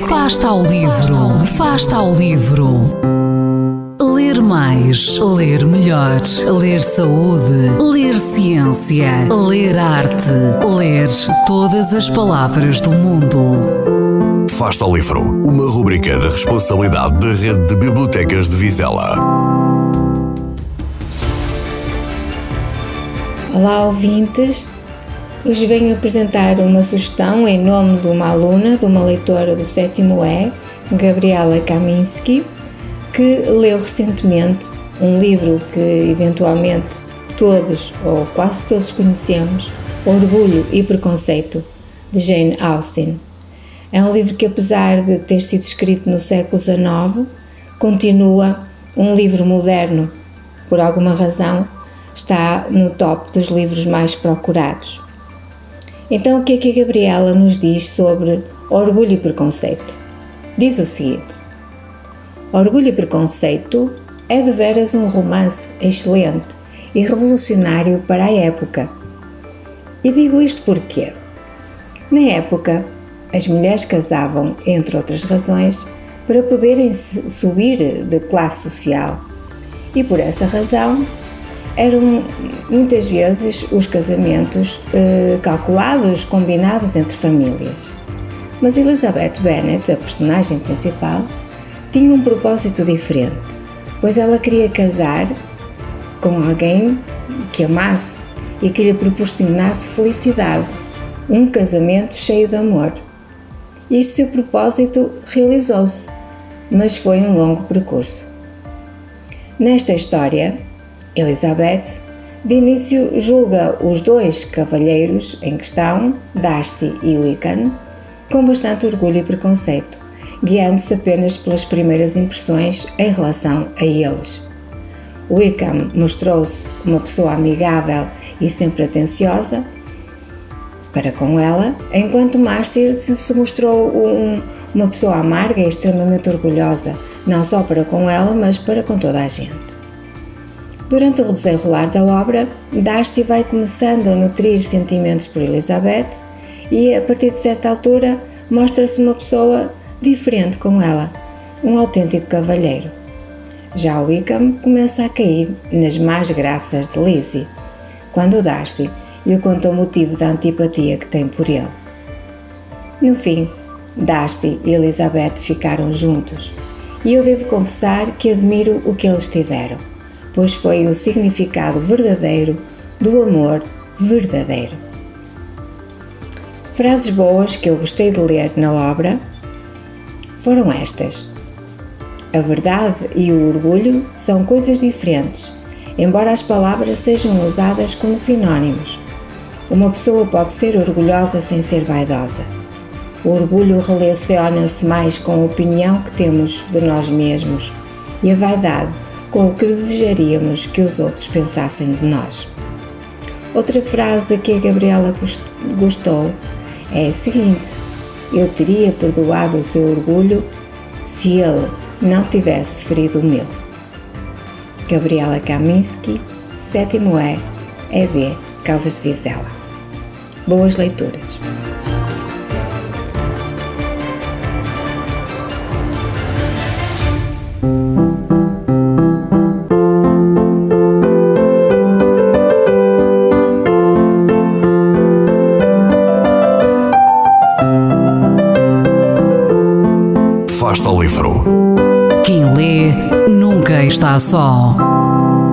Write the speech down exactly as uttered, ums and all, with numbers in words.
Fasta ao livro, Fasta ao livro. Ler mais, ler melhor, ler saúde, ler ciência, ler arte, ler todas as palavras do mundo. Fasta ao livro, uma rubrica da responsabilidade da Rede de Bibliotecas de Vizela. Olá, ouvintes. Hoje venho apresentar uma sugestão em nome de uma aluna, de uma leitora do sétimo E, Gabriela Kaminski, que leu recentemente um livro que eventualmente todos ou quase todos conhecemos, Orgulho e Preconceito, de Jane Austen. É um livro que, apesar de ter sido escrito no século dezenove, continua um livro moderno. Por alguma razão, está no top dos livros mais procurados. Então, o que é que a Gabriela nos diz sobre Orgulho e Preconceito? Diz o seguinte: Orgulho e Preconceito é de veras um romance excelente e revolucionário para a época. E digo isto porque, na época, as mulheres casavam, entre outras razões, para poderem subir de classe social. E por essa razão, eram muitas vezes os casamentos eh, calculados, combinados entre famílias. Mas Elizabeth Bennet, a personagem principal, tinha um propósito diferente, pois ela queria casar com alguém que amasse e que lhe proporcionasse felicidade, um casamento cheio de amor. E este seu propósito realizou-se, mas foi um longo percurso. Nesta história, Elizabeth, de início, julga os dois cavalheiros em questão, Darcy e Wickham, com bastante orgulho e preconceito, guiando-se apenas pelas primeiras impressões em relação a eles. Wickham mostrou-se uma pessoa amigável e sempre atenciosa para com ela, enquanto Darcy se mostrou um, uma pessoa amarga e extremamente orgulhosa, não só para com ela, mas para com toda a gente. Durante o desenrolar da obra, Darcy vai começando a nutrir sentimentos por Elizabeth e, a partir de certa altura, mostra-se uma pessoa diferente com ela, um autêntico cavalheiro. Já Wickham começa a cair nas más graças de Lizzie, quando Darcy lhe conta o motivo da antipatia que tem por ele. No fim, Darcy e Elizabeth ficaram juntos, e eu devo confessar que admiro o que eles tiveram, pois foi o significado verdadeiro do amor verdadeiro. Frases boas que eu gostei de ler na obra foram estas: a verdade e o orgulho são coisas diferentes, embora as palavras sejam usadas como sinónimos. Uma pessoa pode ser orgulhosa sem ser vaidosa. O orgulho relaciona-se mais com a opinião que temos de nós mesmos e a vaidade com o que desejaríamos que os outros pensassem de nós. Outra frase da que a Gabriela gostou é a seguinte: eu teria perdoado o seu orgulho se ele não tivesse ferido o meu. Gabriela Kaminski, sétimo E, E B, Caldas de Vizela. Boas leituras. Fasta ao livro. Quem lê nunca está só.